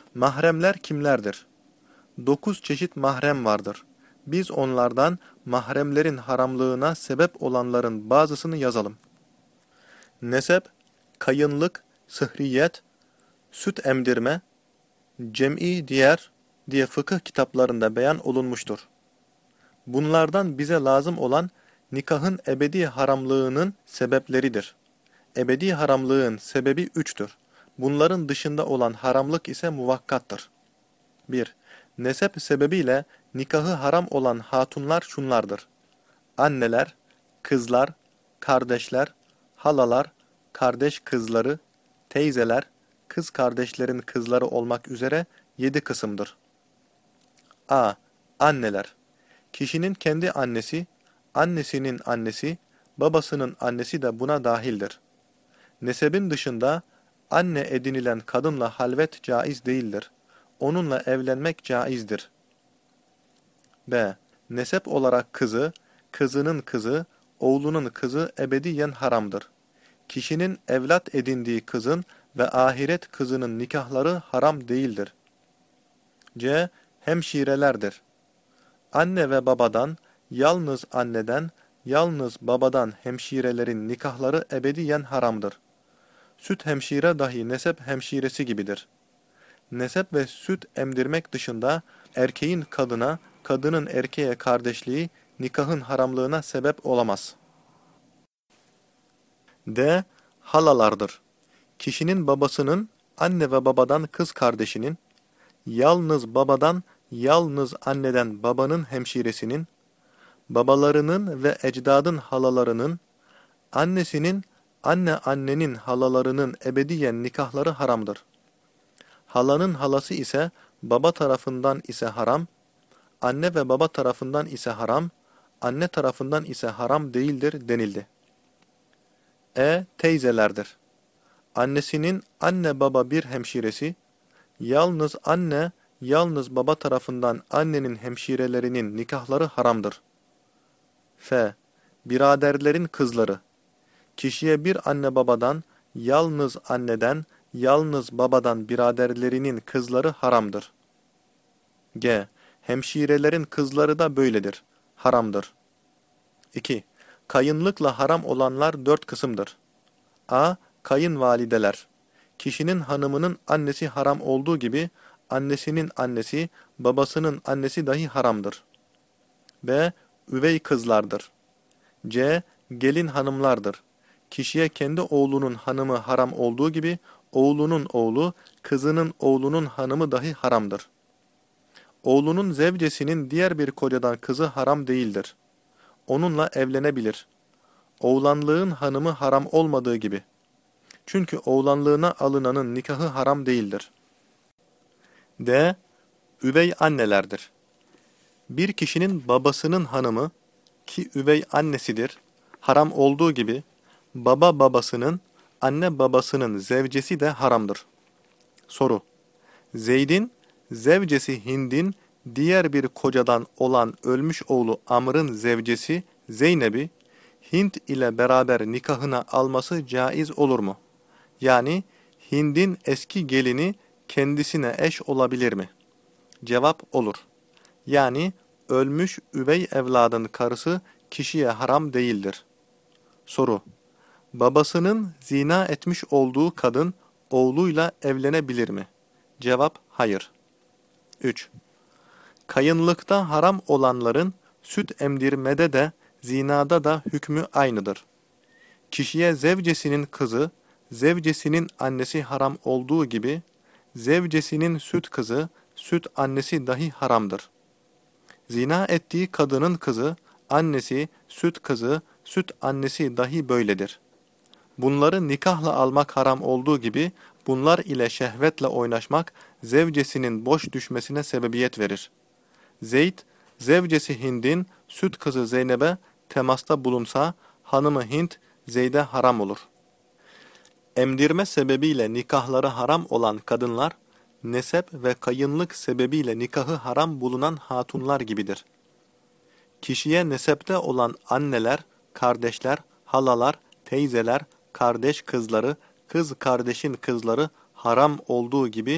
Mahremler kimlerdir? 9 çeşit mahrem vardır. Biz onlardan mahremlerin haramlığına sebep olanların bazısını yazalım. Nesep, kayınlık, sıhriyet, süt emdirme, cem'i diğer diye fıkıh kitaplarında beyan olunmuştur. Bunlardan bize lazım olan nikahın ebedi haramlığının sebepleridir. Ebedi haramlığın sebebi üçtür. Bunların dışında olan haramlık ise muvakkattır. 1. Nesep sebebiyle nikahı haram olan hatunlar şunlardır: anneler, kızlar, kardeşler, halalar, kardeş kızları, teyzeler, kız kardeşlerin kızları olmak üzere 7 kısımdır. A. Anneler. Kişinin kendi annesi, annesinin annesi, babasının annesi de buna dahildir. Nesebin dışında anne edinilen kadınla halvet caiz değildir. Onunla evlenmek caizdir. B. Nesep olarak kızı, kızının kızı, oğlunun kızı ebediyen haramdır. Kişinin evlat edindiği kızın ve ahiret kızının nikahları haram değildir. C. Hemşirelerdir. Anne ve babadan, yalnız anneden, yalnız babadan hemşirelerin nikahları ebediyen haramdır. Süt hemşire dahi nesep hemşiresi gibidir. Nesep ve süt emdirmek dışında erkeğin kadına, kadının erkeğe kardeşliği nikahın haramlığına sebep olamaz. D. Halalardır. Kişinin babasının, anne ve babadan kız kardeşinin, yalnız babadan, yalnız anneden babanın hemşiresinin, babalarının ve ecdadın halalarının, annesinin, annenin halalarının ebediyen nikahları haramdır. Halanın halası ise baba tarafından ise haram, anne ve baba tarafından ise haram, anne tarafından ise haram değildir denildi. Teyzelerdir. Annesinin anne baba bir hemşiresi, yalnız anne, yalnız baba tarafından annenin hemşirelerinin nikahları haramdır. Biraderlerin kızları. Kişiye bir anne babadan, yalnız anneden, yalnız babadan biraderlerinin kızları haramdır. Hemşirelerin kızları da böyledir. Haramdır. 2. Kayınlıkla haram olanlar 4 kısımdır. A. Kayınvalideler. Kişinin hanımının annesi haram olduğu gibi, annesinin annesi, babasının annesi dahi haramdır. B. Üvey kızlardır. C. Gelin hanımlardır. Kişiye kendi oğlunun hanımı haram olduğu gibi, oğlunun oğlu, kızının oğlunun hanımı dahi haramdır. Oğlunun zevcesinin diğer bir kocadan kızı haram değildir. Onunla evlenebilir. Oğlanlığın hanımı haram olmadığı gibi. Çünkü oğlanlığına alınanın nikahı haram değildir. D. Üvey annelerdir. Bir kişinin babasının hanımı, ki üvey annesidir, haram olduğu gibi, baba babasının, anne babasının zevcesi de haramdır. Soru: Zeyd'in, zevcesi Hind'in diğer bir kocadan olan ölmüş oğlu Amr'ın zevcesi Zeynep'i, Hind ile beraber nikahına alması caiz olur mu? Yani Hind'in eski gelini kendisine eş olabilir mi? Cevap: olur. Yani ölmüş üvey evladın karısı kişiye haram değildir. Soru: Babasının zina etmiş olduğu kadın oğluyla evlenebilir mi? Cevap: hayır. 3. Kayınlıkta haram olanların süt emdirmede de zinada da hükmü aynıdır. Kişiye zevcesinin kızı, zevcesinin annesi haram olduğu gibi, zevcesinin süt kızı, süt annesi dahi haramdır. Zina ettiği kadının kızı, annesi, süt kızı, süt annesi dahi böyledir. Bunları nikahla almak haram olduğu gibi, bunlar ile şehvetle oynaşmak, zevcesinin boş düşmesine sebebiyet verir. Zeyd, zevcesi Hind'in süt kızı Zeynep'e temasta bulunsa, hanımı Hind, Zeyd'e haram olur. Emdirme sebebiyle nikahları haram olan kadınlar, nesep ve kayınlık sebebiyle nikahı haram bulunan hatunlar gibidir. Kişiye nesepte olan anneler, kardeşler, halalar, teyzeler, kardeş kızları, kız kardeşin kızları haram olduğu gibi,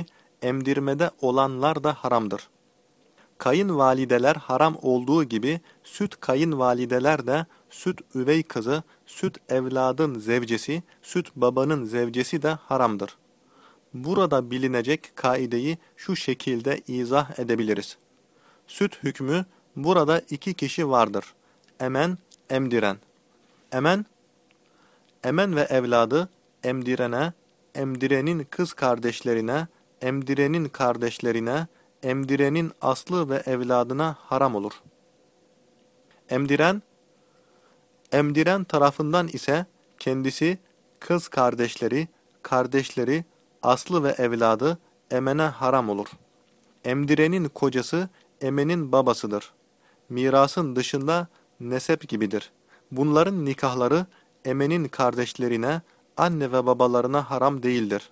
emdirmede olanlar da haramdır. Kayınvalideler haram olduğu gibi süt kayınvalideler de süt üvey kızı, süt evladın zevcesi, süt babanın zevcesi de haramdır. Burada bilinecek kaideyi şu şekilde izah edebiliriz. Süt hükmü burada iki kişi vardır. Emen, emdiren. Emen, emen ve evladı emdirene, emdirenin kız kardeşlerine, emdirenin kardeşlerine, emdirenin aslı ve evladına haram olur. Emdiren, emdiren tarafından ise kendisi, kız kardeşleri, kardeşleri, aslı ve evladı emene haram olur. Emdirenin kocası emenin babasıdır. Mirasın dışında nesep gibidir. Bunların nikahları emenin kardeşlerine, anne ve babalarına haram değildir.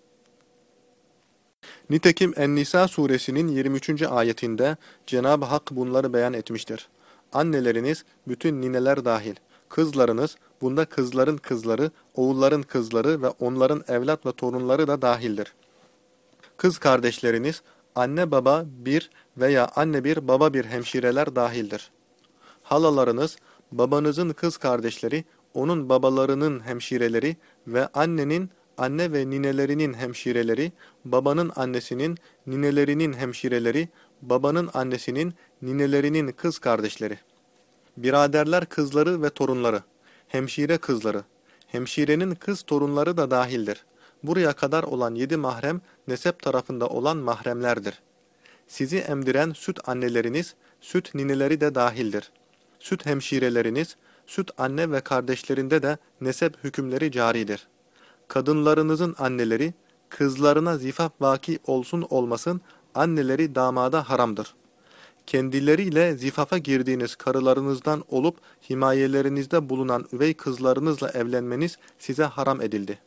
Nitekim En-Nisa suresinin 23. ayetinde Cenab-ı Hak bunları beyan etmiştir. Anneleriniz, bütün nineler dahil, kızlarınız, bunda kızların kızları, oğulların kızları ve onların evlat ve torunları da dahildir. Kız kardeşleriniz, anne baba bir veya anne bir baba bir hemşireler dahildir. Halalarınız, babanızın kız kardeşleri, onun babalarının hemşireleri ve annenin, anne ve ninelerinin hemşireleri, babanın annesinin, ninelerinin hemşireleri, babanın annesinin, ninelerinin kız kardeşleri. Biraderler kızları ve torunları, hemşire kızları, hemşirenin kız torunları da dahildir. Buraya kadar olan 7 mahrem, nesep tarafında olan mahremlerdir. Sizi emdiren süt anneleriniz, süt nineleri de dahildir. Süt hemşireleriniz, süt anne ve kardeşlerinde de nesep hükümleri caridir. Kadınlarınızın anneleri, kızlarına zifaf vaki olsun olmasın, anneleri damada haramdır. Kendileriyle zifafa girdiğiniz karılarınızdan olup himayelerinizde bulunan üvey kızlarınızla evlenmeniz size haram edildi.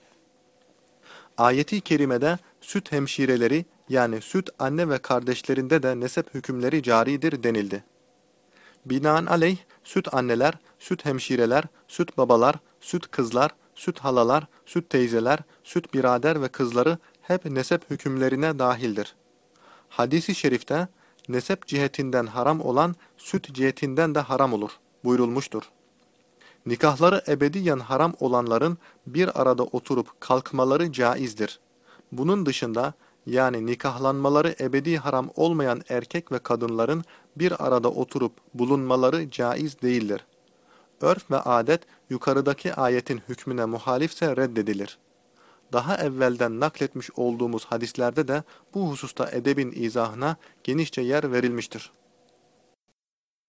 Ayeti kerimede süt hemşireleri yani süt anne ve kardeşlerinde de nesep hükümleri caridir denildi. Binaenaleyh süt anneler, süt hemşireler, süt babalar, süt kızlar, süt halalar, süt teyzeler, süt birader ve kızları hep nesep hükümlerine dahildir. Hadis-i şerifte nesep cihetinden haram olan süt cihetinden de haram olur buyurulmuştur. Nikahları ebediyen haram olanların bir arada oturup kalkmaları caizdir. Bunun dışında yani nikahlanmaları ebedi haram olmayan erkek ve kadınların bir arada oturup bulunmaları caiz değildir. Örf ve adet yukarıdaki ayetin hükmüne muhalifse reddedilir. Daha evvelden nakletmiş olduğumuz hadislerde de bu hususta edebin izahına genişçe yer verilmiştir.